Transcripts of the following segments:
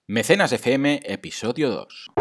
Mecenas FM, episodio 2.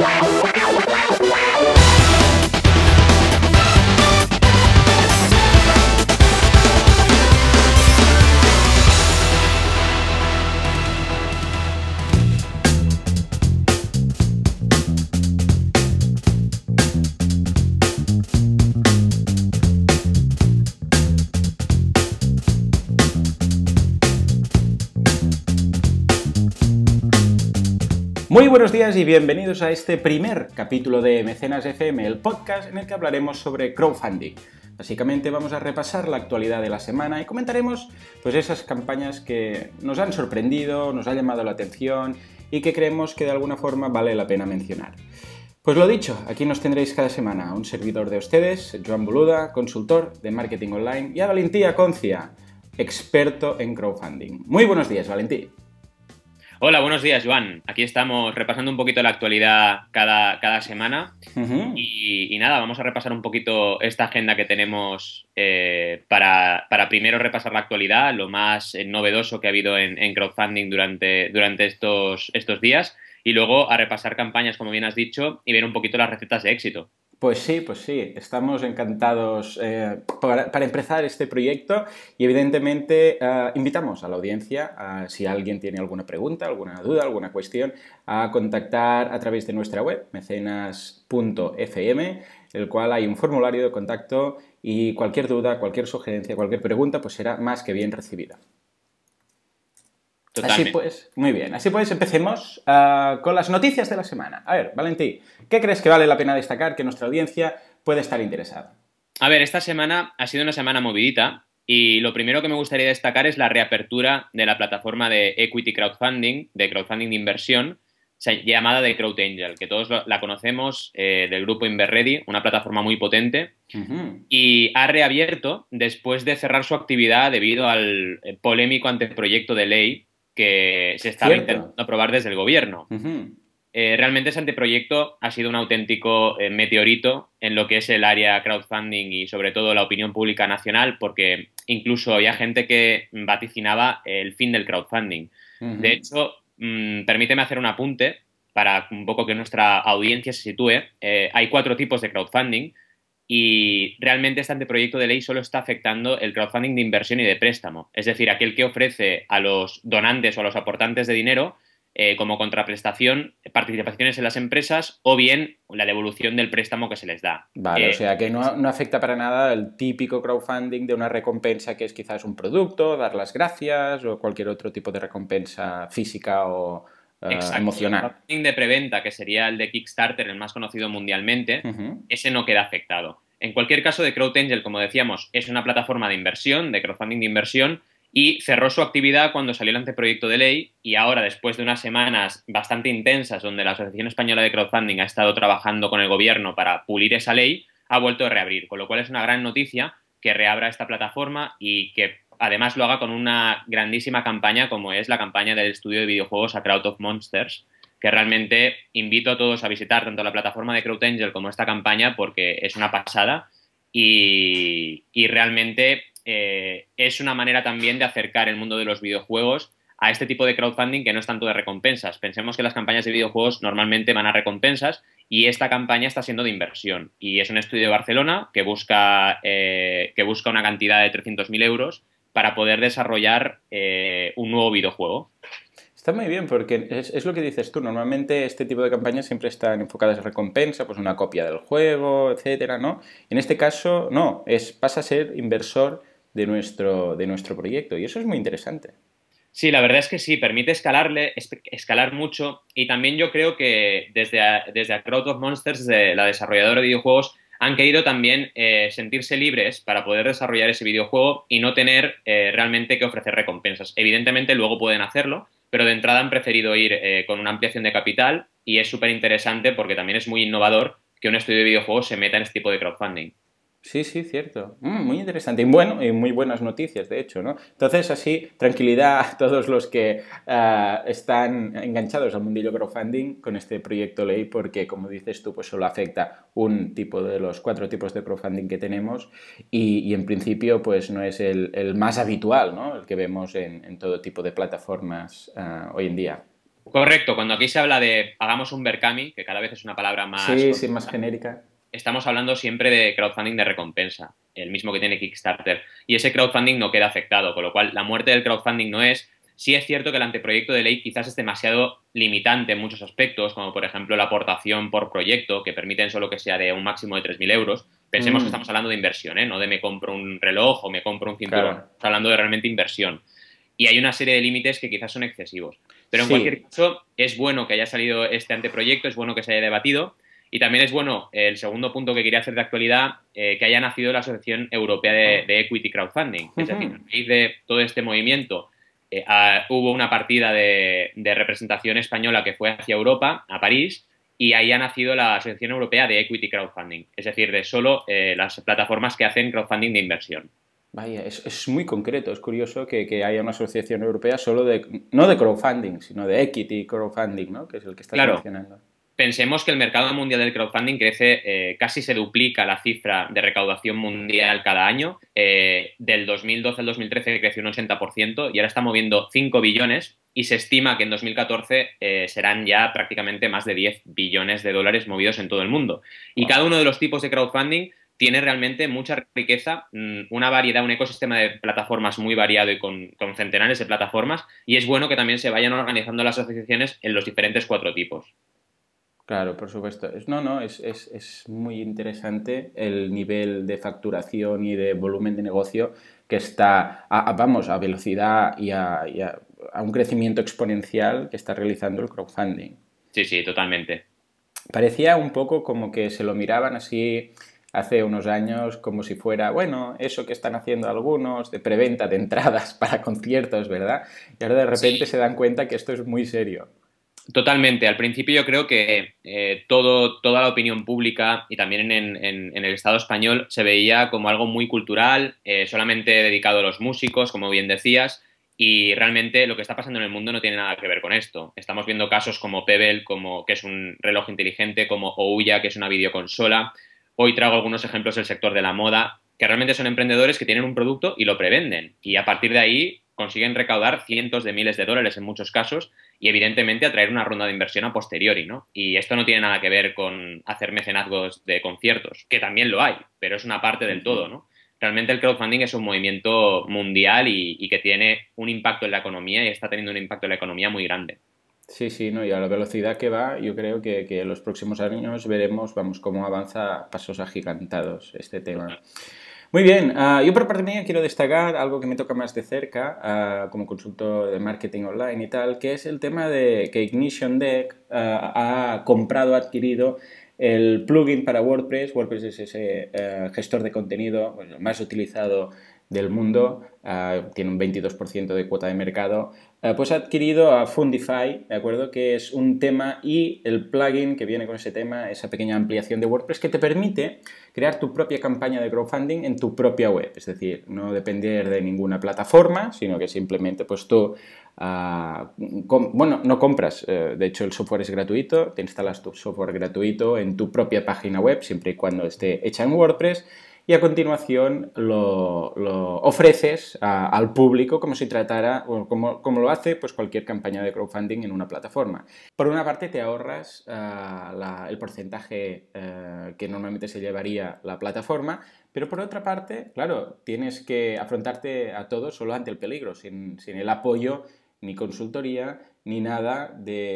Muy buenos días y bienvenidos a este primer capítulo de Mecenas FM, el podcast en el que hablaremos sobre crowdfunding. Básicamente vamos a repasar la actualidad de la semana y comentaremos pues esas campañas que nos han sorprendido, nos han llamado la atención y que creemos que de alguna forma vale la pena mencionar. Pues lo dicho, aquí nos tendréis cada semana un servidor de ustedes, Joan Boluda, consultor de marketing online, y a Valentí Aconcia, experto en crowdfunding. Muy buenos días, Valentí. Hola, buenos días, Joan. Aquí estamos repasando un poquito la actualidad cada semana. Y nada, vamos a repasar un poquito esta agenda que tenemos para primero repasar la actualidad, lo más novedoso que ha habido en crowdfunding durante estos días, y luego a repasar campañas, como bien has dicho, y ver un poquito las recetas de éxito. Pues sí, estamos encantados para empezar este proyecto y evidentemente invitamos a la audiencia, si alguien tiene alguna pregunta, alguna duda, alguna cuestión, a contactar a través de nuestra web, mecenas.fm, el cual hay un formulario de contacto y cualquier duda, cualquier sugerencia, cualquier pregunta pues será más que bien recibida. Totalmente. Así pues, muy bien. Así pues, empecemos con las noticias de la semana. A ver, Valentí, ¿qué crees que vale la pena destacar que nuestra audiencia puede estar interesada? A ver, esta semana ha sido una semana movidita y lo primero que me gustaría destacar es la reapertura de la plataforma de equity crowdfunding, de crowdfunding de inversión, llamada de CrowdAngel, que todos la conocemos del grupo Inverready, una plataforma muy potente, y ha reabierto después de cerrar su actividad debido al polémico anteproyecto de ley que se estaba intentando aprobar desde el gobierno. Realmente ese anteproyecto ha sido un auténtico meteorito en lo que es el área crowdfunding y sobre todo la opinión pública nacional, porque incluso había gente que vaticinaba el fin del crowdfunding. De hecho, permíteme hacer un apunte para un poco que nuestra audiencia se sitúe. Hay 4 tipos de crowdfunding y realmente este anteproyecto de ley solo está afectando el crowdfunding de inversión y de préstamo, es decir, aquel que ofrece a los donantes o a los aportantes de dinero como contraprestación, participaciones en las empresas o bien la devolución del préstamo que se les da. Vale, o sea que no afecta para nada el típico crowdfunding de una recompensa que es quizás un producto, dar las gracias o cualquier otro tipo de recompensa física o emocional. El crowdfunding de preventa, que sería el de Kickstarter, el más conocido mundialmente, ese no queda afectado. En cualquier caso, de CrowdAngel, como decíamos, es una plataforma de inversión, de crowdfunding de inversión, y cerró su actividad cuando salió el anteproyecto de ley y ahora, después de unas semanas bastante intensas donde la Asociación Española de Crowdfunding ha estado trabajando con el gobierno para pulir esa ley, ha vuelto a reabrir, con lo cual es una gran noticia que reabra esta plataforma y que además lo haga con una grandísima campaña como es la campaña del estudio de videojuegos A Crowd of Monsters, que realmente invito a todos a visitar tanto la plataforma de CrowdAngel como esta campaña porque es una pasada y realmente es una manera también de acercar el mundo de los videojuegos a este tipo de crowdfunding que no es tanto de recompensas. Pensemos que las campañas de videojuegos normalmente van a recompensas y esta campaña está siendo de inversión. Y es un estudio de Barcelona que busca una cantidad de 300.000 euros para poder desarrollar un nuevo videojuego. Está muy bien porque es lo que dices tú. Normalmente este tipo de campañas siempre están enfocadas en recompensa, pues una copia del juego, etcétera, ¿no? En este caso, no, pasa a ser inversor de nuestro proyecto y eso es muy interesante. Sí, la verdad es que sí, permite escalar mucho y también yo creo que desde A Crowd of Monsters, de la desarrolladora de videojuegos, han querido también sentirse libres para poder desarrollar ese videojuego y no tener realmente que ofrecer recompensas. Evidentemente luego pueden hacerlo, pero de entrada han preferido ir con una ampliación de capital y es súper interesante porque también es muy innovador que un estudio de videojuegos se meta en este tipo de crowdfunding. Sí, cierto. Muy interesante. Y bueno, y muy buenas noticias, de hecho, ¿no? Entonces, así, tranquilidad a todos los que están enganchados al mundillo crowdfunding con este proyecto ley, porque, como dices tú, pues solo afecta un tipo de los 4 tipos de crowdfunding que tenemos y en principio, pues no es el más habitual, ¿no? El que vemos en todo tipo de plataformas hoy en día. Correcto, cuando aquí se habla de hagamos un Berkami, que cada vez es una palabra más Sí, sí, más conocida, genérica. estamos hablando siempre de crowdfunding de recompensa, el mismo que tiene Kickstarter. Y ese crowdfunding no queda afectado, con lo cual la muerte del crowdfunding no es. Sí es cierto que el anteproyecto de ley quizás es demasiado limitante en muchos aspectos, como por ejemplo la aportación por proyecto, que permiten solo que sea de un máximo de 3.000 euros. Pensemos que estamos Mm, hablando de inversión, ¿eh? No de me compro un reloj o me compro un cinturón. claro. Estamos hablando de realmente inversión. Y hay una serie de límites que quizás son excesivos. Pero en cualquier Sí. caso, es bueno que haya salido este anteproyecto, es bueno que se haya debatido. Y también es bueno, el segundo punto que quería hacer de actualidad, que haya nacido la Asociación Europea de Equity Crowdfunding. Es decir, a Ujú. raíz de todo este movimiento, hubo una partida de representación española que fue hacia Europa, a París, y ahí ha nacido la Asociación Europea de Equity Crowdfunding. Es decir, de solo las plataformas que hacen crowdfunding de inversión. Vaya, es muy concreto, es curioso que haya una asociación europea solo de, no de crowdfunding, sino de equity crowdfunding, ¿no? Que es el que estás Claro, mencionando. pensemos que el mercado mundial del crowdfunding crece, casi se duplica la cifra de recaudación mundial cada año. Del 2012 al 2013 creció un 80% y ahora está moviendo 5 billones y se estima que en 2014 serán ya prácticamente más de 10 billones de dólares movidos en todo el mundo. Y Wow. cada uno de los tipos de crowdfunding tiene realmente mucha riqueza, una variedad, un ecosistema de plataformas muy variado y con centenares de plataformas, y es bueno que también se vayan organizando las asociaciones en los diferentes cuatro tipos. Claro, por supuesto. No, no, es muy interesante el nivel de facturación y de volumen de negocio que está, vamos, a velocidad a un crecimiento exponencial que está realizando el crowdfunding. Sí, sí, totalmente. Parecía un poco como que se lo miraban así hace unos años como si fuera, bueno, eso que están haciendo algunos de preventa de entradas para conciertos, ¿verdad? Y ahora de repente Sí, se dan cuenta que esto es muy serio. totalmente. Al principio yo creo que toda la opinión pública y también en el Estado español se veía como algo muy cultural, solamente dedicado a los músicos, como bien decías, y realmente lo que está pasando en el mundo no tiene nada que ver con esto. Estamos viendo casos como Pebble, que es un reloj inteligente, como Ouya, que es una videoconsola. Hoy traigo algunos ejemplos del sector de la moda, que realmente son emprendedores que tienen un producto y lo prevenden. Y a partir de ahí consiguen recaudar cientos de miles de dólares en muchos casos y evidentemente atraer una ronda de inversión a posteriori, ¿no? Y esto no tiene nada que ver con hacer mecenazgos de conciertos, que también lo hay, pero es una parte del todo, ¿no? Realmente el crowdfunding es un movimiento mundial y que tiene un impacto en la economía y está teniendo un impacto en la economía muy grande. Sí, sí, no, y a la velocidad que va, yo creo que en los próximos años veremos, vamos, cómo avanza a pasos agigantados este tema. Total. Muy bien, yo por parte mía quiero destacar algo que me toca más de cerca, como consultor de marketing online y tal, que es el tema de que Ignition Deck ha comprado, ha adquirido el plugin para WordPress. WordPress es ese gestor de contenido, bueno, el más utilizado del mundo, tiene un 22% de cuota de mercado, pues ha adquirido a Fundify, ¿de acuerdo? Que es un tema y el plugin que viene con ese tema, esa pequeña ampliación de WordPress que te permite crear tu propia campaña de crowdfunding en tu propia web, es decir, no depender de ninguna plataforma, sino que simplemente pues tú, bueno, no compras, de hecho el software es gratuito, te instalas tu software gratuito en tu propia página web, siempre y cuando esté hecha en WordPress, y a continuación lo ofreces al público como si tratara, o como lo hace pues cualquier campaña de crowdfunding en una plataforma. Por una parte te ahorras el porcentaje que normalmente se llevaría la plataforma, pero por otra parte, claro, tienes que afrontarte a todo solo ante el peligro, sin el apoyo ni consultoría ni nada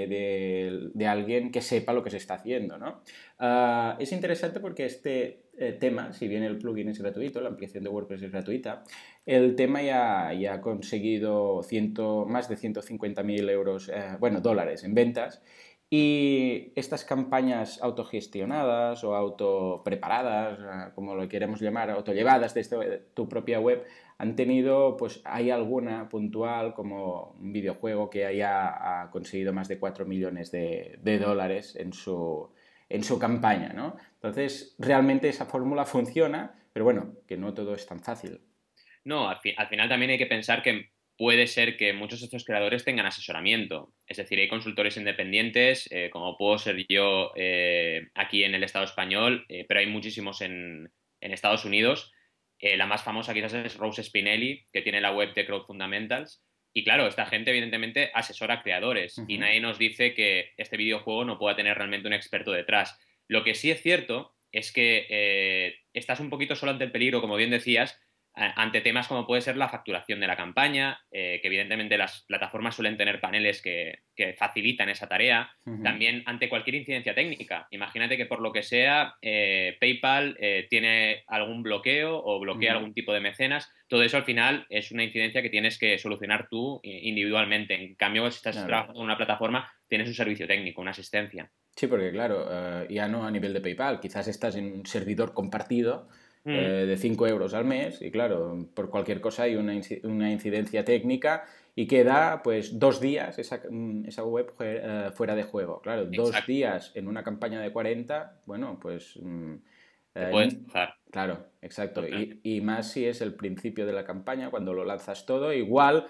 de alguien que sepa lo que se está haciendo, ¿no? Es interesante porque este tema, si bien el plugin es gratuito, la ampliación de WordPress es gratuita, el tema ya ha conseguido más de 150.000 euros, bueno, dólares en ventas. Y estas campañas autogestionadas o autopreparadas, como lo queremos llamar, autollevadas desde tu propia web, han tenido, pues hay alguna puntual, como un videojuego que haya conseguido más de 4 millones de dólares en su campaña, ¿no? Entonces, realmente esa fórmula funciona, pero bueno, que no todo es tan fácil. No, al final también hay que pensar que puede ser que muchos de estos creadores tengan asesoramiento. Es decir, hay consultores independientes, como puedo ser yo aquí en el Estado español, pero hay muchísimos en Estados Unidos. La más famosa quizás es Rose Spinelli, que tiene la web de Crowd Fundamentals. Y claro, esta gente evidentemente asesora a creadores y nadie nos dice que este videojuego no pueda tener realmente un experto detrás. Lo que sí es cierto es que estás un poquito solo ante el peligro, como bien decías, ante temas como puede ser la facturación de la campaña, que evidentemente las plataformas suelen tener paneles que facilitan esa tarea. También ante cualquier incidencia técnica. Imagínate que por lo que sea PayPal tiene algún bloqueo o bloquea algún tipo de mecenas. Todo eso al final es una incidencia que tienes que solucionar tú individualmente. En cambio, si estás trabajando en una plataforma, tienes un servicio técnico, una asistencia. Sí, porque claro, ya no a nivel de PayPal, quizás estás en un servidor compartido de 5 euros al mes y claro, por cualquier cosa hay una incidencia técnica y queda pues 2 días esa web fuera de juego. Claro, dos Exacto. días en una campaña de 40, bueno, pues... Te puedes dejar. Claro, exacto. Totalmente. Y más si es el principio de la campaña, cuando lo lanzas todo, igual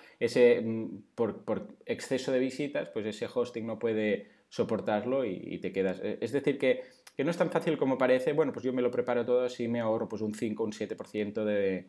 por exceso de visitas, pues ese hosting no puede soportarlo y te quedas. Es decir, que no es tan fácil como parece. Bueno, pues yo me lo preparo todo así me ahorro pues un 5 un 7%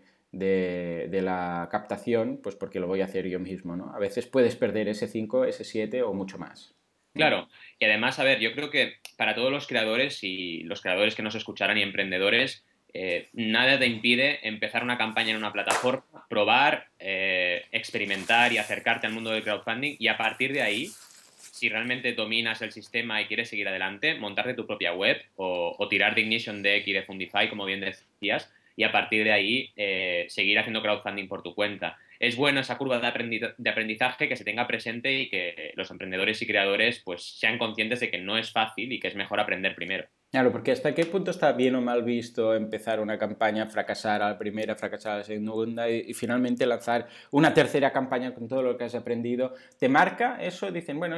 de la captación, pues porque lo voy a hacer yo mismo, ¿no? A veces puedes perder ese 5 ese 7 o mucho más. Claro, y además, a ver, yo creo que para todos los creadores y los creadores que nos escucharan y emprendedores, nada te impide empezar una campaña en una plataforma, probar, experimentar y acercarte al mundo del crowdfunding y a partir de ahí, si realmente dominas el sistema y quieres seguir adelante, montarte tu propia web o tirar de Ignition Deck y de Fundify, como bien decías, y a partir de ahí seguir haciendo crowdfunding por tu cuenta. Es bueno esa curva de aprendizaje que se tenga presente y que los emprendedores y creadores pues sean conscientes de que no es fácil y que es mejor aprender primero. Claro, porque hasta qué punto está bien o mal visto empezar una campaña, fracasar a la primera, fracasar a la segunda y finalmente lanzar una tercera campaña con todo lo que has aprendido. ¿Te marca eso? Dicen, bueno,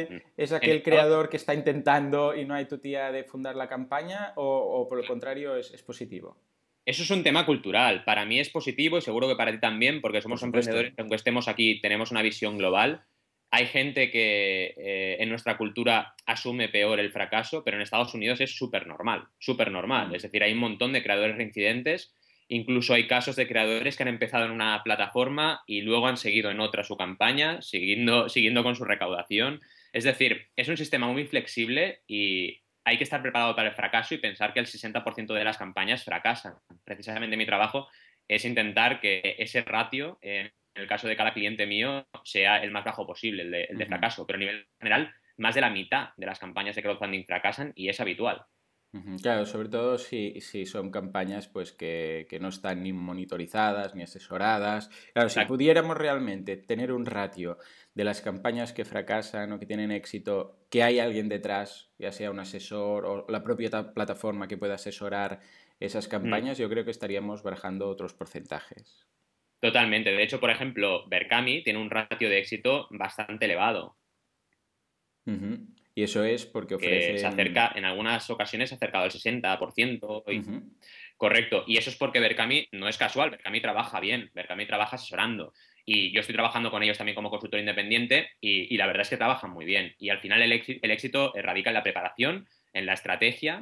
es En aquel Estados creador que está intentando y no hay tu tía de fundar la campaña o por el contrario es positivo. Eso es un tema cultural. Para mí es positivo y seguro que para ti también, porque Por somos emprendedores, supuesto. aunque estemos aquí, tenemos una visión global. Hay gente que en nuestra cultura asume peor el fracaso, pero en Estados Unidos es súper normal, súper normal. Es decir, hay un montón de creadores reincidentes, incluso hay casos de creadores que han empezado en una plataforma y luego han seguido en otra su campaña, siguiendo con su recaudación. Es decir, es un sistema muy flexible y hay que estar preparado para el fracaso y pensar que el 60% de las campañas fracasan. Precisamente mi trabajo es intentar que ese ratio, en el caso de cada cliente mío, sea el más bajo posible, el de fracaso. Pero a nivel general, más de la mitad de las campañas de crowdfunding fracasan y es habitual. Claro, sobre todo si son campañas pues que no están ni monitorizadas ni asesoradas. Claro, si Exacto. pudiéramos realmente tener un ratio de las campañas que fracasan o que tienen éxito, que hay alguien detrás, ya sea un asesor o la propia plataforma que pueda asesorar esas Mm. campañas, yo creo que estaríamos barajando otros porcentajes. Totalmente. De hecho, por ejemplo, Berkami tiene un ratio de éxito bastante elevado, Ujú. Y eso es porque que se ofrecen... acerca, en algunas ocasiones, se ha acercado al 60%. Ujú. Correcto. Y eso es porque Berkami no es casual, Berkami trabaja bien, Berkami trabaja asesorando. Y yo estoy trabajando con ellos también como consultor independiente y la verdad es que trabajan muy bien. Y al final el éxito radica en la preparación, en la estrategia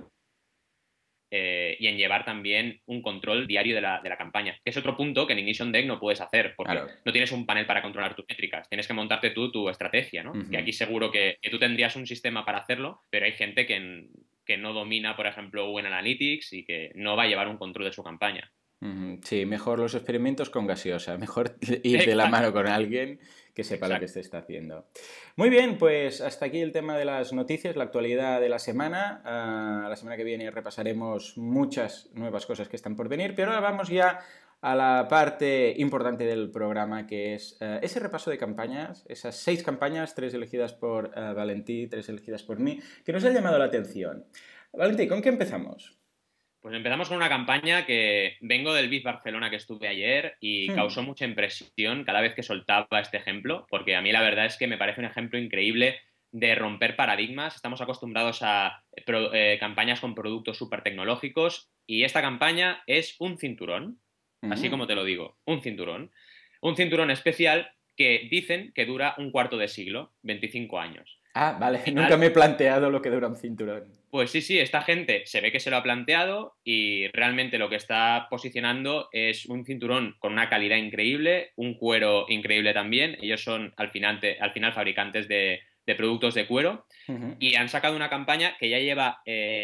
y en llevar también un control diario de la campaña. Que es otro punto que en Ignition Deck no puedes hacer, porque Claro. no tienes un panel para controlar tus métricas. Tienes que montarte tú tu estrategia, ¿no? Que Ujú. aquí seguro que tú tendrías un sistema para hacerlo, pero hay gente que no domina, por ejemplo, Google Analytics y que no va a llevar un control de su campaña. Ujú. Sí, mejor los experimentos con gaseosa, mejor ir de la mano Exacto, con alguien que sepa lo que exacto. se está haciendo. Muy bien, pues hasta aquí el tema de las noticias, la actualidad de la semana. La semana que viene repasaremos muchas nuevas cosas que están por venir, pero ahora vamos ya a la parte importante del programa, que es ese repaso de campañas, esas 6 campañas, 3 elegidas por Valentí, 3 elegidas por mí, que nos han llamado la atención. Valentí, ¿con qué empezamos? Pues empezamos con una campaña que vengo del BIF Barcelona que estuve ayer y causó Hmm. mucha impresión cada vez que soltaba este ejemplo, porque a mí la verdad es que me parece un ejemplo increíble de romper paradigmas. Estamos acostumbrados a campañas con productos súper tecnológicos y esta campaña es un cinturón, así como Mm. te lo digo, un cinturón. Un cinturón especial que dicen que dura un cuarto de siglo, 25 años. Ah, vale, Al nunca final, me he planteado lo que dura un cinturón. Pues sí, sí, esta gente se ve que se lo ha planteado y realmente lo que está posicionando es un cinturón con una calidad increíble, un cuero increíble también. Ellos son al final fabricantes de productos de cuero Ujú. y han sacado una campaña que ya lleva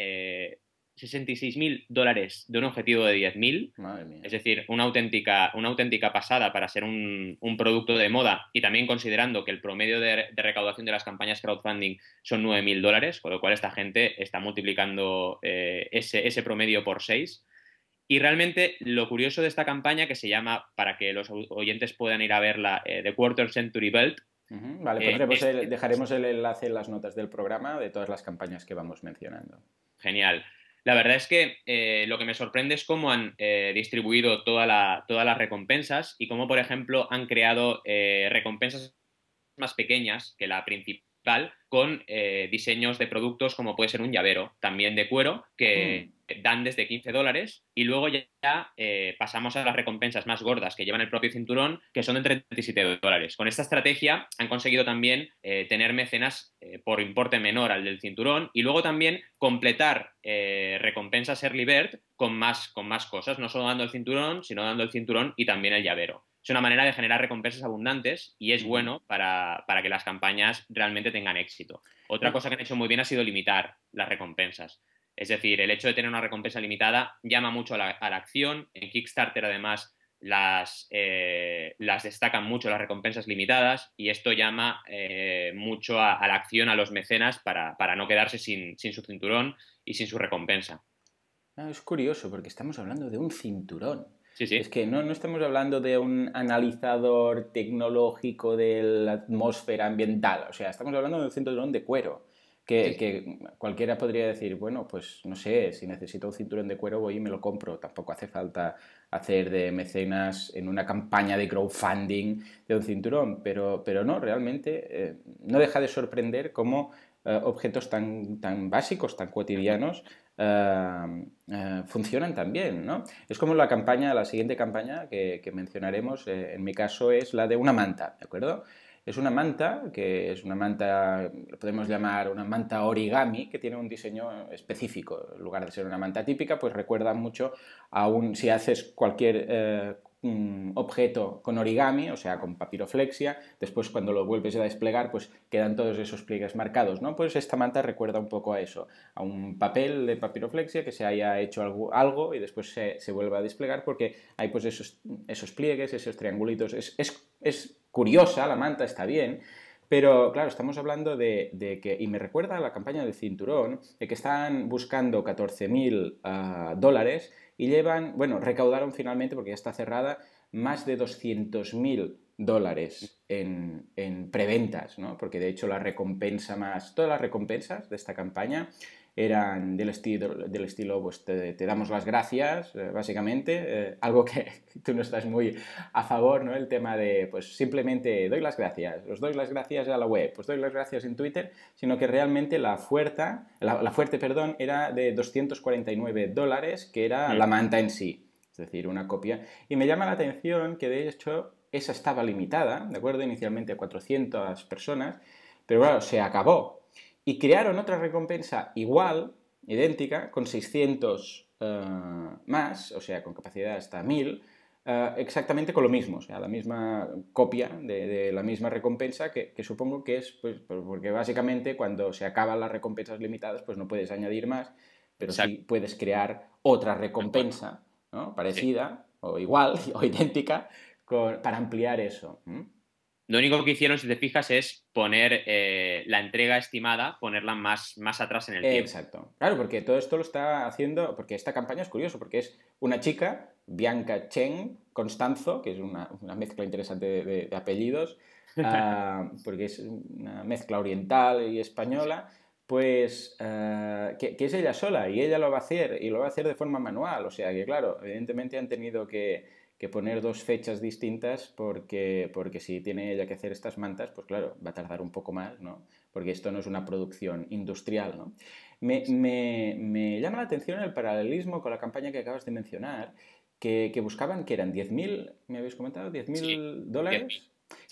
$66.000 de un objetivo de 10.000. Madre mía. Es decir, una auténtica pasada para ser un producto de moda y también considerando que el promedio de recaudación de las campañas crowdfunding son $9.000, con lo cual esta gente está multiplicando ese promedio por 6. Y realmente lo curioso de esta campaña, que se llama, para que los oyentes puedan ir a verla, The Quarter Century Belt, Ujú. Vale, es dejaremos el enlace en las notas del programa de todas las campañas que vamos mencionando. genial. La verdad es que lo que me sorprende es cómo han distribuido todas las recompensas y cómo, por ejemplo, han creado recompensas más pequeñas que la principal con diseños de productos como puede ser un llavero, también de cuero, que Mm. dan desde $15 y luego ya pasamos a las recompensas más gordas que llevan el propio cinturón, que son de $37. Con esta estrategia han conseguido también tener mecenas por importe menor al del cinturón y luego también completar recompensas Early Bird con más cosas, no solo dando el cinturón, sino dando el cinturón y también el llavero. Es una manera de generar recompensas abundantes y es Ujú. bueno para que las campañas realmente tengan éxito. Otra cosa que han hecho muy bien ha sido limitar las recompensas. Es decir, el hecho de tener una recompensa limitada llama mucho a la acción. En Kickstarter, además, las destacan mucho las recompensas limitadas y esto llama mucho a la acción a los mecenas para no quedarse sin su cinturón y sin su recompensa. Ah, es curioso porque estamos hablando de un cinturón. Sí, Es sí. que no estamos hablando de un analizador tecnológico de la atmósfera ambiental. O sea, estamos hablando de un cinturón de cuero. Sí, sí. Que cualquiera podría decir, bueno, pues no sé, si necesito un cinturón de cuero voy y me lo compro. Tampoco hace falta hacer de mecenas en una campaña de crowdfunding de un cinturón. Pero no, realmente no deja de sorprender cómo objetos tan básicos, tan cotidianos, funcionan también, ¿no? Es como la siguiente campaña que mencionaremos, en mi caso es la de una manta, ¿de acuerdo? Es una manta que es una manta, lo podemos llamar una manta origami, que tiene un diseño específico. En lugar de ser una manta típica, pues recuerda mucho a si haces cualquier objeto con origami, o sea, con papiroflexia, después cuando lo vuelves a desplegar, pues quedan todos esos pliegues marcados, ¿no? Pues esta manta recuerda un poco a eso, a un papel de papiroflexia que se haya hecho algo y después se vuelve a desplegar porque hay pues esos pliegues, esos triangulitos. Es curiosa, la manta está bien, pero claro, estamos hablando de que, y me recuerda a la campaña del cinturón, de que están buscando 14.000 dólares y llevan, bueno, recaudaron finalmente, porque ya está cerrada, más de 200.000 dólares en preventas, ¿no? Porque de hecho la recompensa más, todas las recompensas de esta campaña eran del estilo pues te damos las gracias, básicamente, algo que tú no estás muy a favor, ¿no? El tema de, pues simplemente doy las gracias, os doy las gracias a la web, pues doy las gracias en Twitter, sino que realmente la fuerte, perdón, era de 249 dólares, que era la Mm. manta en sí, es decir, una copia. Y me llama la atención que de hecho esa estaba limitada, ¿de acuerdo? Inicialmente a 400 personas, pero claro, se acabó. Y crearon otra recompensa igual, idéntica, con 600 más, o sea, con capacidad hasta 1000, exactamente con lo mismo, o sea, la misma copia de la misma recompensa, que supongo que es, pues, porque básicamente cuando se acaban las recompensas limitadas, pues no puedes añadir más, pero Exacto. sí puedes crear otra De acuerdo. recompensa, ¿no? Sí. Parecida, o igual, o idéntica, para ampliar eso. Lo único que hicieron, si te fijas, es poner la entrega estimada, ponerla más atrás en el tiempo. Exacto. Claro, porque todo esto lo está haciendo, porque esta campaña es curioso, porque es una chica, Bianca Chen Constanzo, que es una mezcla interesante de apellidos, porque es una mezcla oriental y española, pues que es ella sola y ella lo va a hacer y lo va a hacer de forma manual. O sea que, claro, evidentemente han tenido que poner dos fechas distintas porque si tiene ella que hacer estas mantas, pues claro, va a tardar un poco más, ¿no? Porque esto no es una producción industrial, ¿no? Me llama la atención el paralelismo con la campaña que acabas de mencionar, que buscaban, que eran 10.000, me habéis comentado, diez Sí, mil 10.000. dólares. Sí, Claro, sí.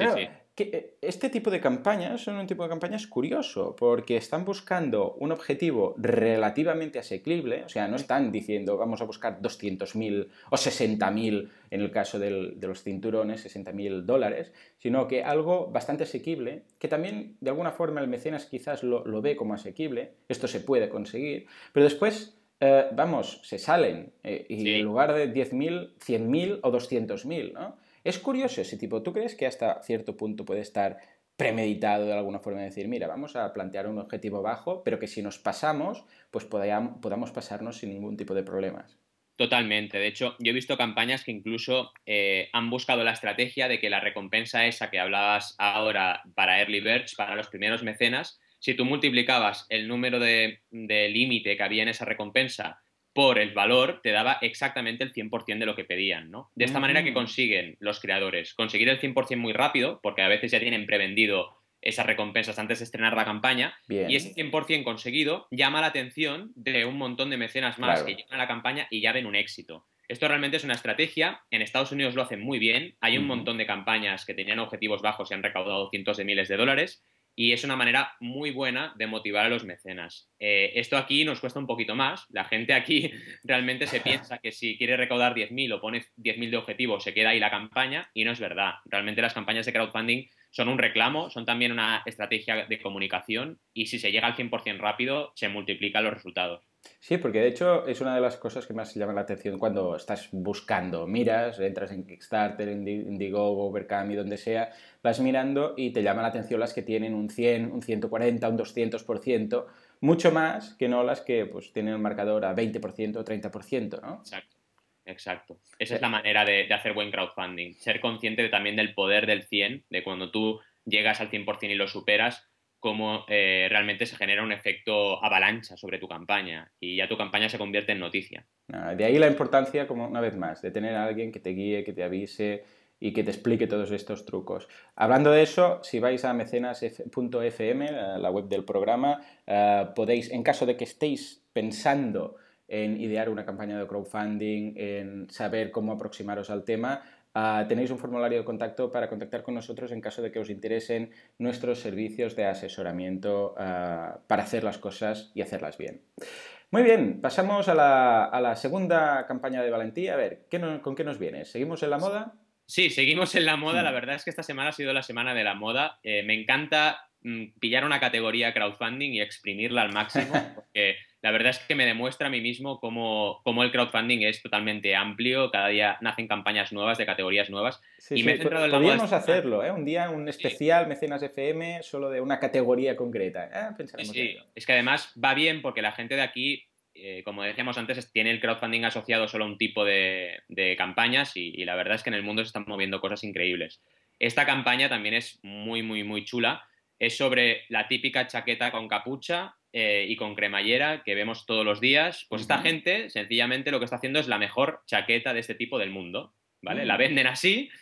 este tipo de campañas son un tipo de campañas curioso, porque están buscando un objetivo relativamente asequible, o sea, no están diciendo vamos a buscar 200.000 o 60.000 en el caso de los cinturones, 60.000 dólares, sino que algo bastante asequible, que también de alguna forma el mecenas quizás lo ve como asequible, esto se puede conseguir, pero después, vamos, se salen y en Sí. lugar de 10.000, 100.000 o 200.000, ¿no? Es curioso ese tipo. ¿Tú crees que hasta cierto punto puede estar premeditado de alguna forma de decir, mira, vamos a plantear un objetivo bajo, pero que si nos pasamos, pues podamos pasarnos sin ningún tipo de problemas? Totalmente. De hecho, yo he visto campañas que incluso han buscado la estrategia de que la recompensa esa que hablabas ahora para Early Birds, para los primeros mecenas, si tú multiplicabas el número de límite que había en esa recompensa por el valor, te daba exactamente el 100% de lo que pedían, ¿no? De esta manera que Ujú. consiguen los creadores conseguir el 100% muy rápido, porque a veces ya tienen prevendido esas recompensas antes de estrenar la campaña, y ese Bien, 100% conseguido llama la atención de un montón de mecenas más que claro. llegan a la campaña y ya ven un éxito. Esto realmente es una estrategia. En Estados Unidos lo hacen muy bien. Hay un Ujú. montón de campañas que tenían objetivos bajos y han recaudado cientos de miles de dólares. Y es una manera muy buena de motivar a los mecenas. Esto aquí nos cuesta un poquito más. La gente aquí realmente se piensa que si quiere recaudar 10.000 o pone 10.000 de objetivo, se queda ahí la campaña. Y no es verdad. Realmente las campañas de crowdfunding son un reclamo, son también una estrategia de comunicación y si se llega al 100% rápido, se multiplican los resultados. Sí, porque de hecho es una de las cosas que más llama la atención cuando estás buscando, miras, entras en Kickstarter, en Indiegogo, Overcam y donde sea, vas mirando y te llama la atención las que tienen un 100, un 140, un 200%, mucho más que no las que pues tienen el marcador a 20% o 30%, ¿no? Exacto, exacto. Esa es la Eh, manera de hacer buen crowdfunding. Ser consciente también del poder del 100, de cuando tú llegas al 100% y lo superas, cómo realmente se genera un efecto avalancha sobre tu campaña y ya tu campaña se convierte en noticia. De ahí la importancia, como una vez más, de tener a alguien que te guíe, que te avise y que te explique todos estos trucos. Hablando de eso, si vais a mecenas.fm, la web del programa, podéis, en caso de que estéis pensando en idear una campaña de crowdfunding, en saber cómo aproximaros al tema, tenéis un formulario de contacto para contactar con nosotros en caso de que os interesen nuestros servicios de asesoramiento para hacer las cosas y hacerlas bien. Muy bien, pasamos a la segunda campaña de valentía. A ver, ¿con qué nos vienes? ¿Seguimos en la moda? Sí, seguimos en la moda. La Hmm. verdad es que esta semana ha sido la semana de la moda. Me encanta pillar una categoría crowdfunding y exprimirla al máximo, porque la verdad es que me demuestra a mí mismo cómo el crowdfunding es totalmente amplio. Cada día nacen campañas nuevas de categorías nuevas. Sí, Y me sí, he centrado en la moda podríamos esta semana. hacerlo, ¿eh? Un día un Sí, especial Mecenas FM solo de una categoría concreta. sí, Pensaremos en ello. sí. Es que además va bien porque la gente de aquí, como decíamos antes, tiene el crowdfunding asociado solo a un tipo de campañas y la verdad es que en el mundo se están moviendo cosas increíbles. Esta campaña también es muy, muy, muy chula. Es sobre la típica chaqueta con capucha y con cremallera que vemos todos los días. Pues esta Ujú. gente sencillamente lo que está haciendo es la mejor chaqueta de este tipo del mundo, ¿vale? La Mm. venden así.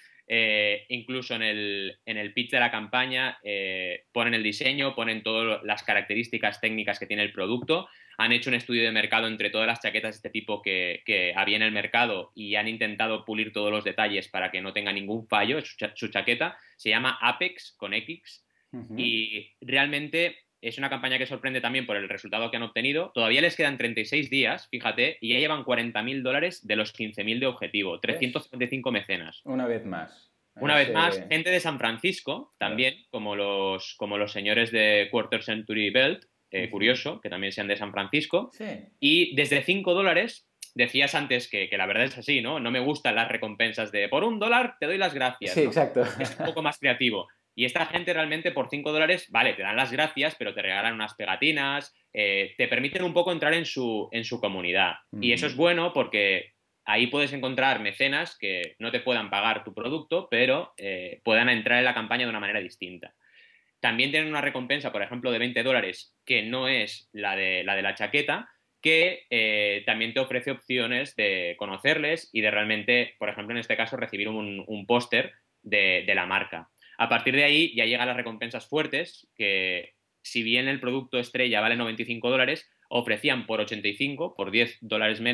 Incluso en el pitch de la campaña ponen el diseño, ponen todas las características técnicas que tiene el producto, han hecho un estudio de mercado entre todas las chaquetas de este tipo que había en el mercado y han intentado pulir todos los detalles para que no tenga ningún fallo su chaqueta. Se llama Apex con X Ujú. y realmente es una campaña que sorprende también por el resultado que han obtenido. Todavía les quedan 36 días, fíjate, y ya llevan 40.000 dólares de los 15.000 de objetivo, ¿Ves? 355 mecenas. Una vez más. Una vez más, gente de San Francisco, Claro. también, como los señores de Quarter Century Belt, Ujú. curioso, que también sean de San Francisco. Sí. Y desde $5, decías antes que la verdad es así, ¿no? No me gustan las recompensas de por $1 te doy las Sí, gracias, ¿no? exacto. Es un poco más creativo. Y esta gente realmente por $5, vale, te dan las gracias, pero te regalan unas pegatinas, te permiten un poco entrar en su comunidad. Y eso es Ujú. bueno porque ahí puedes encontrar mecenas que no te puedan pagar tu producto, pero puedan entrar en la campaña de una manera distinta. También tienen una recompensa, por ejemplo, de $20, que no es la de la chaqueta, que también te ofrece opciones de conocerles y de realmente, por ejemplo, en este caso, recibir un póster de la marca. A partir de ahí ya llegan las recompensas fuertes, que si bien el producto estrella vale $95, ofrecían por 85, por $10 menos,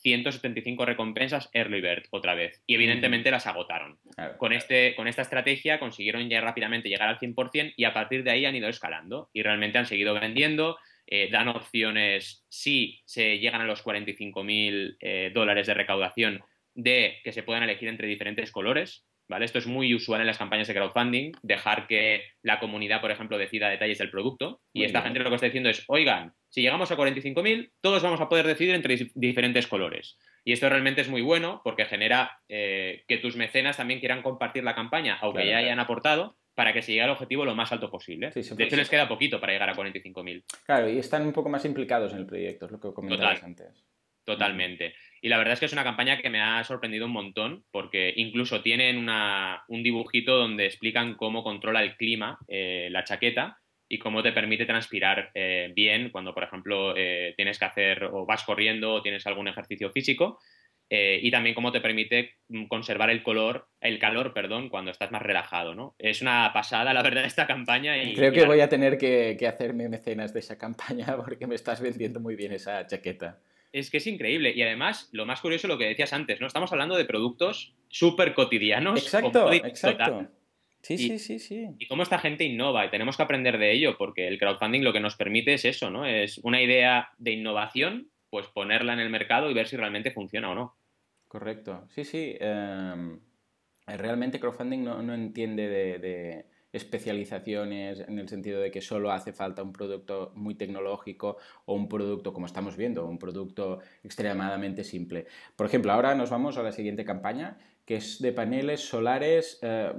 175 recompensas Early Bird otra vez. Y evidentemente las agotaron. Claro. Con esta estrategia consiguieron ya rápidamente llegar al 100% y a partir de ahí han ido escalando y realmente han seguido vendiendo. Dan opciones, si se llegan a los 45.000 dólares de recaudación, de que se puedan elegir entre diferentes colores. ¿Vale? Esto es muy usual en las campañas de crowdfunding, dejar que la comunidad, por ejemplo, decida detalles del producto. Y esta gente lo que está diciendo es, oigan, si llegamos a 45.000, todos vamos a poder decidir entre diferentes colores. Y esto realmente es muy bueno porque genera que tus mecenas también quieran compartir la campaña, aunque ya hayan aportado, para que se llegue al objetivo lo más alto posible. Sí, de hecho, les queda poquito para llegar a 45.000. Claro, y están un poco más implicados en el proyecto, es lo que comentabas antes. Totalmente. Y la verdad es que es una campaña que me ha sorprendido un montón porque incluso tienen un dibujito donde explican cómo controla el clima la chaqueta y cómo te permite transpirar bien cuando, por ejemplo, tienes que hacer o vas corriendo o tienes algún ejercicio físico. Y también cómo te permite conservar el calor, perdón, cuando estás más relajado, ¿no? Es una pasada, la verdad, esta campaña. Creo que voy a tener que hacerme mecenas de esa campaña porque me estás vendiendo muy bien esa chaqueta. Es que es increíble. Y además, lo más curioso es lo que decías antes, ¿no? Estamos hablando de productos súper cotidianos, Exacto, commodity total. exacto. Sí, Y, sí, sí, sí. y cómo esta gente innova. Y tenemos que aprender de ello, porque el crowdfunding lo que nos permite es eso, ¿no? Es una idea de innovación, pues ponerla en el mercado y ver si realmente funciona o no. Correcto. Sí, sí. Realmente crowdfunding no entiende de especializaciones en el sentido de que solo hace falta un producto muy tecnológico o un producto, como estamos viendo, un producto extremadamente simple. Por ejemplo, ahora nos vamos a la siguiente campaña, que es de paneles solares,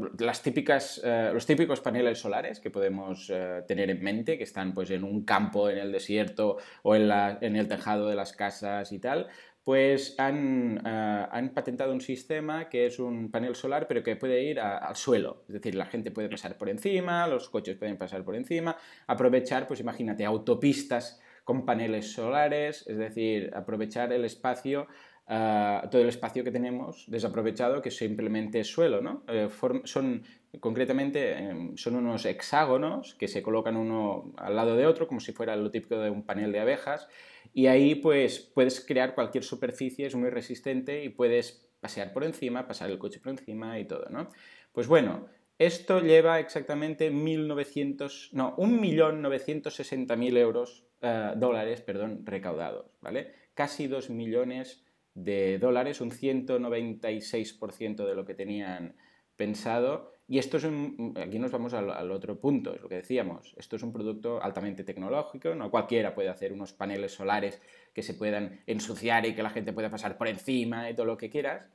los típicos paneles solares que podemos tener en mente, que están pues en un campo, en el desierto o en el tejado de las casas y tal, pues han patentado un sistema que es un panel solar, pero que puede ir al suelo. Es decir, la gente puede pasar por encima, los coches pueden pasar por encima, aprovechar, pues imagínate, autopistas con paneles solares, es decir, aprovechar el espacio, todo el espacio que tenemos desaprovechado, que simplemente es suelo, ¿no? Concretamente, son unos hexágonos que se colocan uno al lado de otro, como si fuera lo típico de un panel de abejas, y ahí pues puedes crear cualquier superficie, es muy resistente y puedes pasear por encima, pasar el coche por encima y todo, ¿no? Pues bueno, esto lleva exactamente 1.960.000 euros, dólares, perdón, recaudados, ¿vale? Casi 2 millones de dólares, un 196% de lo que tenían pensado. Y esto es aquí nos vamos al otro punto, es lo que decíamos. Esto es un producto altamente tecnológico, no cualquiera puede hacer unos paneles solares que se puedan ensuciar y que la gente pueda pasar por encima y todo lo que quieras.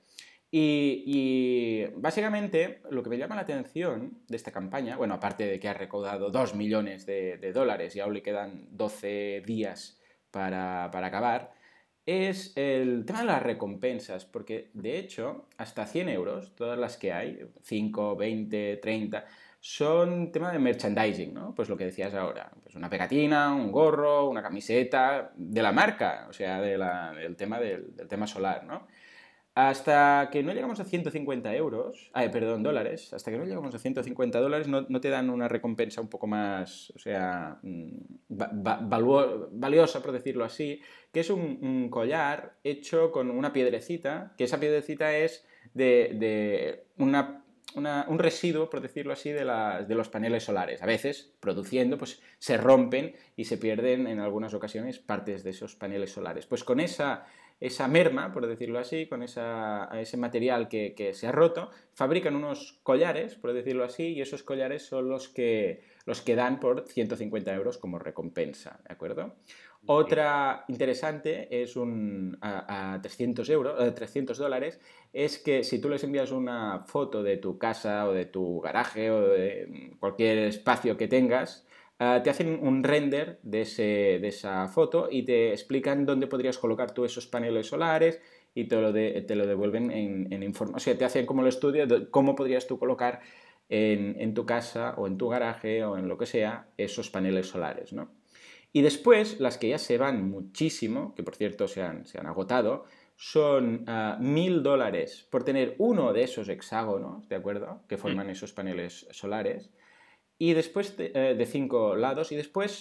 Y básicamente lo que me llama la atención de esta campaña, bueno, aparte de que ha recaudado 2 millones de dólares y aún le quedan 12 días para acabar, es el tema de las recompensas, porque de hecho, hasta 100 euros, todas las que hay, 5, 20, 30, son tema de merchandising, ¿no? Pues lo que decías ahora, pues una pegatina, un gorro, una camiseta de la marca, o sea, del tema solar, ¿no? Hasta que no llegamos a 150 euros, perdón, dólares, hasta que no llegamos a 150 dólares no te dan una recompensa un poco más, o sea, valiosa, por decirlo así, que es un collar hecho con una piedrecita, que esa piedrecita es de un residuo, por decirlo así, de los paneles solares. A veces, produciendo, pues se rompen y se pierden en algunas ocasiones partes de esos paneles solares. Pues con esa merma, por decirlo así, con ese material que se ha roto, fabrican unos collares, por decirlo así, y esos collares son los que dan por 150 euros como recompensa, ¿de acuerdo? Otra interesante es a 300 euros, 300 dólares, es que si tú les envías una foto de tu casa o de tu garaje o de cualquier espacio que tengas, te hacen un render de esa foto y te explican dónde podrías colocar tú esos paneles solares y te lo devuelven en información. O sea, te hacen como el estudio de cómo podrías tú colocar en tu casa o en tu garaje o en lo que sea esos paneles solares, ¿no? Y después, las que ya se van muchísimo, que por cierto se han agotado, son 1.000 dólares por tener uno de esos hexágonos, ¿de acuerdo? Que forman esos paneles solares. Y después de 5 lados, y después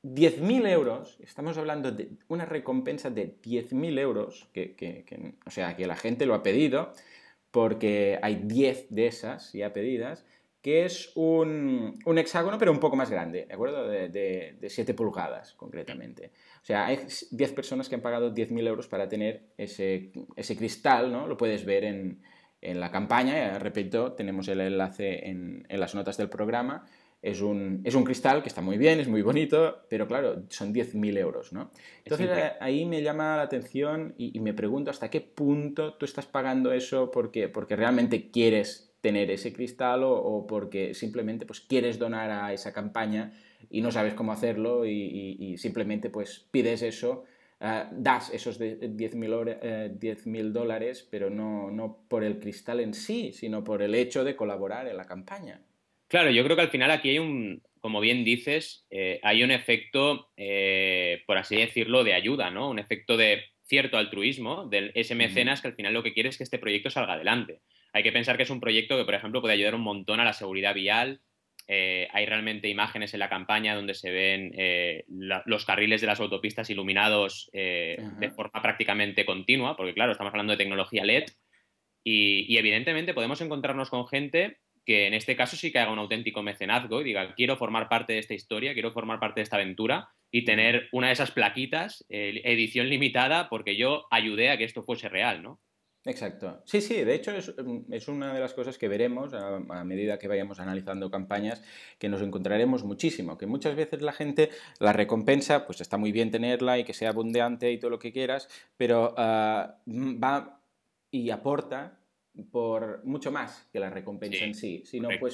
10.000 euros, estamos hablando de una recompensa de 10.000 euros, o sea, que la gente lo ha pedido, porque hay 10 de esas ya pedidas, que es un hexágono, pero un poco más grande, ¿de acuerdo? De 7 pulgadas, concretamente. O sea, hay 10 personas que han pagado 10.000 euros para tener ese cristal, ¿no? Lo puedes ver en la campaña, ya repito, tenemos el enlace en las notas del programa. Es un cristal que está muy bien, es muy bonito, pero claro, son 10.000 euros, ¿no? Es Entonces ahí me llama la atención y me pregunto hasta qué punto tú estás pagando eso porque realmente quieres tener ese cristal o porque simplemente pues quieres donar a esa campaña y no sabes cómo hacerlo y simplemente pues pides eso, das esos 10.000 dólares, pero no por el cristal en sí, sino por el hecho de colaborar en la campaña. Claro, yo creo que al final aquí hay como bien dices, hay un efecto, por así decirlo, de ayuda, ¿no? Un efecto de cierto altruismo del ese Uh -huh. mecenas que al final lo que quiere es que este proyecto salga adelante. Hay que pensar que es un proyecto que, por ejemplo, puede ayudar un montón a la seguridad vial. Hay realmente imágenes en la campaña donde se ven los carriles de las autopistas iluminados Uh de -huh. forma prácticamente continua, porque claro, estamos hablando de tecnología LED y evidentemente podemos encontrarnos con gente que en este caso sí que haga un auténtico mecenazgo y diga, quiero formar parte de esta historia, quiero formar parte de esta aventura y Uh -huh. tener una de esas plaquitas, edición limitada, porque yo ayudé a que esto fuese real, ¿no? Exacto. Sí, sí, de hecho es una de las cosas que veremos a medida que vayamos analizando campañas, que nos encontraremos muchísimo, que muchas veces la gente, la recompensa, pues está muy bien tenerla y que sea abundante y todo lo que quieras, pero va y aporta por mucho más que la recompensa en Sí, sí, sino correcto. pues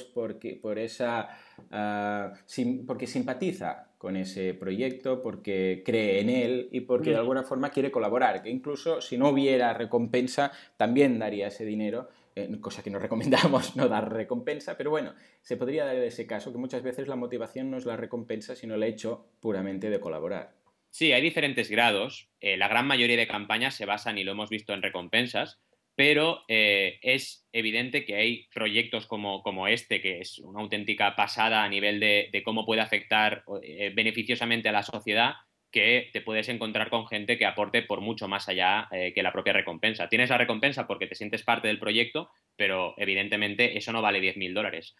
porque simpatiza con ese proyecto, porque cree en él y porque de Mm. alguna forma quiere colaborar, que incluso si no hubiera recompensa también daría ese dinero, cosa que no recomendamos no dar recompensa, pero bueno, se podría dar ese caso, que muchas veces la motivación no es la recompensa, sino el hecho puramente de colaborar. Sí, hay diferentes grados. La gran mayoría de campañas se basan, y lo hemos visto, en recompensas, pero es evidente que hay proyectos como este, que es una auténtica pasada a nivel de cómo puede afectar beneficiosamente a la sociedad, que te puedes encontrar con gente que aporte por mucho más allá que la propia recompensa. Tienes la recompensa porque te sientes parte del proyecto, pero evidentemente eso no vale 10.000 dólares.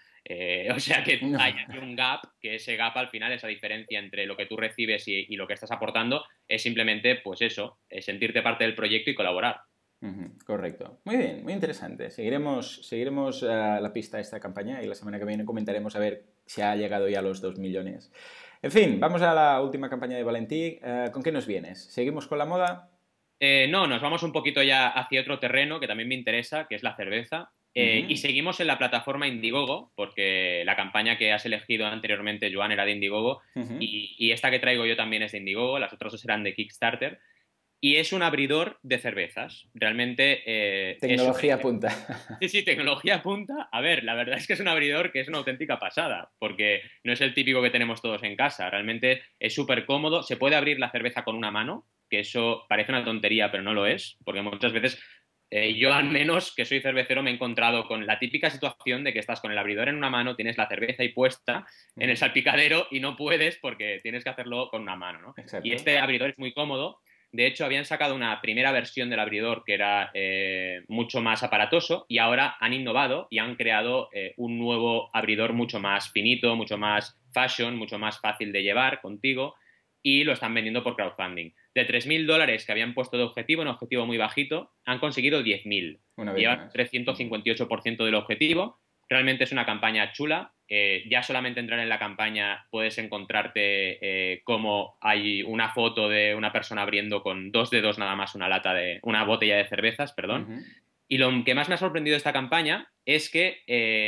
O sea que No. hay aquí un gap, que ese gap al final, esa diferencia entre lo que tú recibes y lo que estás aportando, es simplemente, pues eso, sentirte parte del proyecto y colaborar. Correcto. Muy bien, muy interesante. Seguiremos la pista de esta campaña y la semana que viene comentaremos a ver si ha llegado ya a los 2 millones. En fin, vamos a la última campaña de Valentí. ¿Con qué nos vienes? ¿Seguimos con la moda? No, nos vamos un poquito ya hacia otro terreno que también me interesa, que es la cerveza. Y Ujú, seguimos en la plataforma Indiegogo, porque la campaña que has elegido anteriormente, Joan, era de Indiegogo, ujú. y esta que traigo yo también es de Indiegogo, las otras dos eran de Kickstarter. Y es un abridor de cervezas. Realmente es súper Tecnología interesante. punta. Sí, sí, tecnología punta. A ver, la verdad es que es un abridor que es una auténtica pasada, porque no es el típico que tenemos todos en casa. Realmente es súper cómodo. Se puede abrir la cerveza con una mano, que eso parece una tontería, pero no lo es, porque muchas veces yo al menos, que soy cervecero, me he encontrado con la típica situación de que estás con el abridor en una mano, tienes la cerveza ahí puesta en el Ujú, salpicadero y no puedes porque tienes que hacerlo con una mano, ¿no? Y exacto. este abridor es muy cómodo. De hecho, habían sacado una primera versión del abridor que era mucho más aparatoso y ahora han innovado y han creado un nuevo abridor mucho más finito, mucho más fashion, mucho más fácil de llevar contigo y lo están vendiendo por crowdfunding. De 3.000 dólares que habían puesto de objetivo, un objetivo muy bajito, han conseguido 10.000. Una vez Llevan más. un 358% del objetivo. Realmente es una campaña chula. Ya solamente entrar en la campaña puedes encontrarte como hay una foto de una persona abriendo con dos dedos nada más una botella de cervezas, perdón. Ujú, Y lo que más me ha sorprendido de esta campaña es que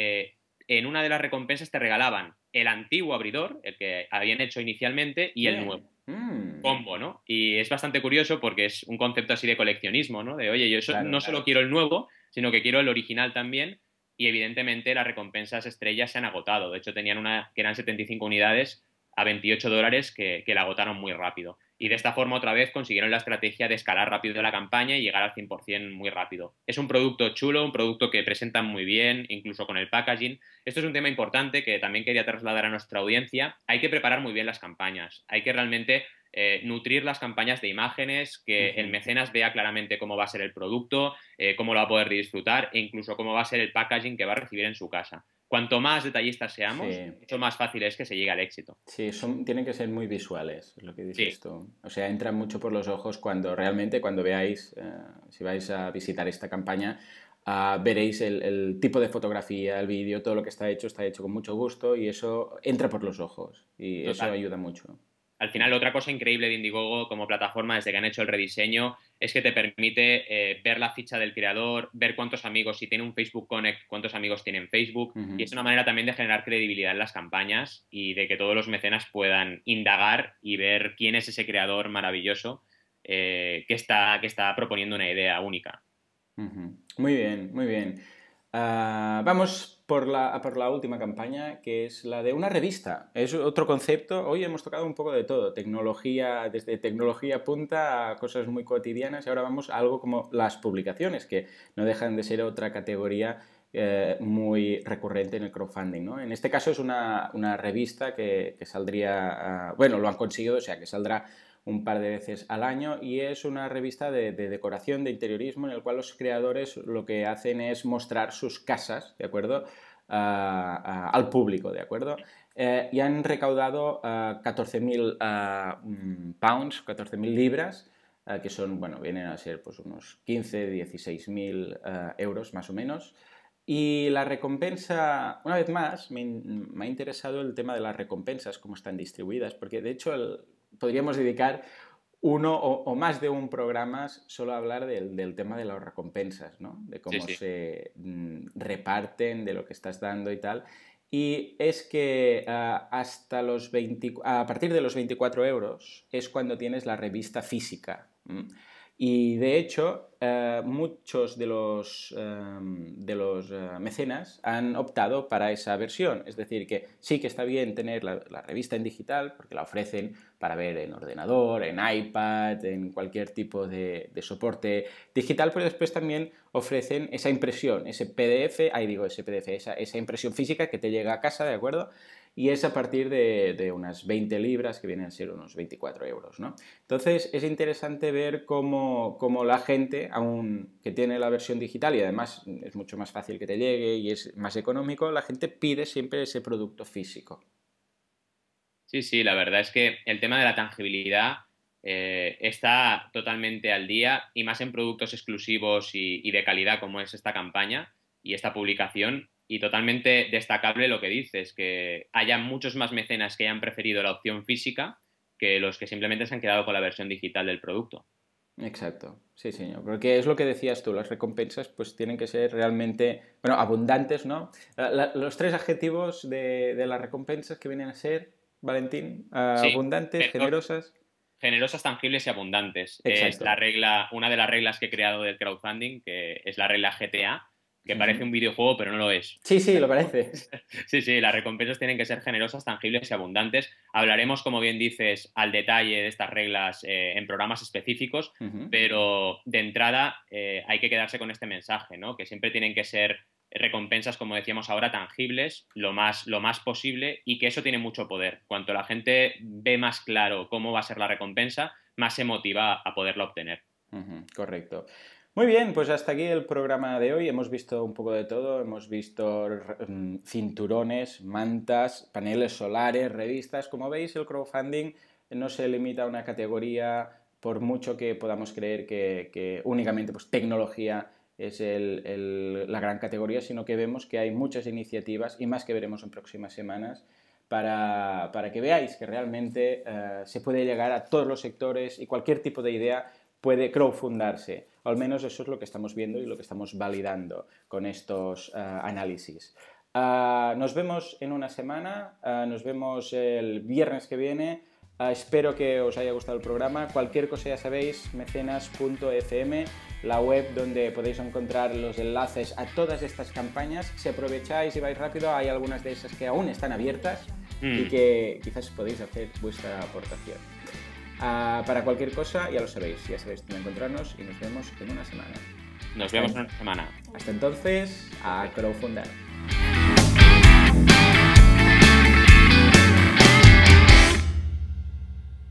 en una de las recompensas te regalaban el antiguo abridor, el que habían hecho inicialmente, y el nuevo bien. Mm, combo, ¿no? Y es bastante curioso porque es un concepto así de coleccionismo, ¿no? De, oye, no claro. solo quiero el nuevo, sino que quiero el original también. Y evidentemente las recompensas estrellas se han agotado. De hecho, tenían una que eran 75 unidades, a $28 que la agotaron muy rápido. Y de esta forma otra vez consiguieron la estrategia de escalar rápido la campaña y llegar al 100% muy rápido. Es un producto chulo, un producto que presentan muy bien, incluso con el packaging. Esto es un tema importante que también quería trasladar a nuestra audiencia. Hay que preparar muy bien las campañas. Hay que realmente nutrir las campañas de imágenes, que el mecenas vea claramente cómo va a ser el producto, cómo lo va a poder disfrutar e incluso cómo va a ser el packaging que va a recibir en su casa. Cuanto más detallistas seamos, Sí. mucho más fácil es que se llegue al éxito. Sí, tienen que ser muy visuales, es lo que dices Sí, tú. O sea, entran mucho por los ojos cuando realmente, cuando veáis, si vais a visitar esta campaña, veréis el tipo de fotografía, el vídeo, todo lo que está hecho con mucho gusto y eso entra por los ojos y eso total. ayuda mucho. Al final, otra cosa increíble de Indiegogo como plataforma desde que han hecho el rediseño es que te permite ver la ficha del creador, ver cuántos amigos, si tiene un Facebook Connect, cuántos amigos tiene en Facebook. Y es una manera también de generar credibilidad en las campañas y de que todos los mecenas puedan indagar y ver quién es ese creador maravilloso que está proponiendo una idea única. Muy bien, muy bien. Vamos por la última campaña, que es la de una revista. Es otro concepto. Hoy hemos tocado un poco de todo, tecnología, desde tecnología punta a cosas muy cotidianas y ahora vamos a algo como las publicaciones, que no dejan de ser otra categoría muy recurrente en el crowdfunding, ¿no? En este caso es una revista que saldría, bueno, lo han conseguido, o sea, que saldrá un par de veces al año y es una revista de decoración, de interiorismo, en el cual los creadores lo que hacen es mostrar sus casas, ¿de acuerdo? Al público, ¿de acuerdo? Y han recaudado 14.000 pounds, 14.000 libras, que son, bueno, vienen a ser pues unos 15, 16.000 euros más o menos. Y la recompensa, una vez más, me ha interesado el tema de las recompensas, cómo están distribuidas, porque de hecho podríamos dedicar uno o más de un programa solo a hablar del tema de las recompensas, ¿no? De Sí, cómo sí. se reparten, de lo que estás dando y tal. Y es que hasta a partir de los 24 euros es cuando tienes la revista física. Y de hecho, muchos de los mecenas han optado para esa versión. Es decir, que sí que está bien tener la revista en digital, porque la ofrecen para ver en ordenador, en iPad, en cualquier tipo de soporte digital, pero después también ofrecen esa impresión, ese PDF, esa impresión física que te llega a casa, ¿de acuerdo? Y es a partir de unas 20 libras, que vienen a ser unos 24 euros, ¿no? Entonces es interesante ver cómo la gente, aun que tiene la versión digital y además es mucho más fácil que te llegue y es más económico, la gente pide siempre ese producto físico. Sí, sí, la verdad es que el tema de la tangibilidad está totalmente al día y más en productos exclusivos y de calidad como es esta campaña y esta publicación. Y totalmente destacable lo que dices, que haya muchos más mecenas que hayan preferido la opción física que los que simplemente se han quedado con la versión digital del producto. Exacto, sí, señor. Porque es lo que decías tú, las recompensas pues tienen que ser realmente, bueno, abundantes, ¿no? Los tres adjetivos de las recompensas que vienen a ser, Valentín, Sí, abundantes, generosas. generosas, tangibles y abundantes. Es la Exacto. regla, una de las reglas que he creado del crowdfunding, que es la regla GTA, que parece un videojuego, pero no lo es. Sí, sí, lo parece. Sí, sí, las recompensas tienen que ser generosas, tangibles y abundantes. Hablaremos, como bien dices, al detalle de estas reglas en programas específicos, pero de entrada hay que quedarse con este mensaje, ¿no? Que siempre tienen que ser recompensas, como decíamos ahora, tangibles, lo más posible, y que eso tiene mucho poder. Cuanto la gente ve más claro cómo va a ser la recompensa, más se motiva a poderla obtener. Correcto. Muy bien, pues hasta aquí el programa de hoy. Hemos visto un poco de todo. Hemos visto cinturones, mantas, paneles solares, revistas. Como veis, el crowdfunding no se limita a una categoría, por mucho que podamos creer que únicamente pues, tecnología es la gran categoría, sino que vemos que hay muchas iniciativas y más que veremos en próximas semanas para que veáis que realmente se puede llegar a todos los sectores y cualquier tipo de idea puede crowdfundarse. Al menos eso es lo que estamos viendo y lo que estamos validando con estos análisis. Nos vemos en una semana, nos vemos el viernes que viene. Espero que os haya gustado el programa. Cualquier cosa ya sabéis, mecenas.fm, la web donde podéis encontrar los enlaces a todas estas campañas. Si aprovecháis y vais rápido, hay algunas de esas que aún están abiertas y que quizás podéis hacer vuestra aportación. Para cualquier cosa, ya sabéis dónde encontrarnos y nos vemos en una semana. Nos vemos en una semana. Hasta entonces, a crowdfundar.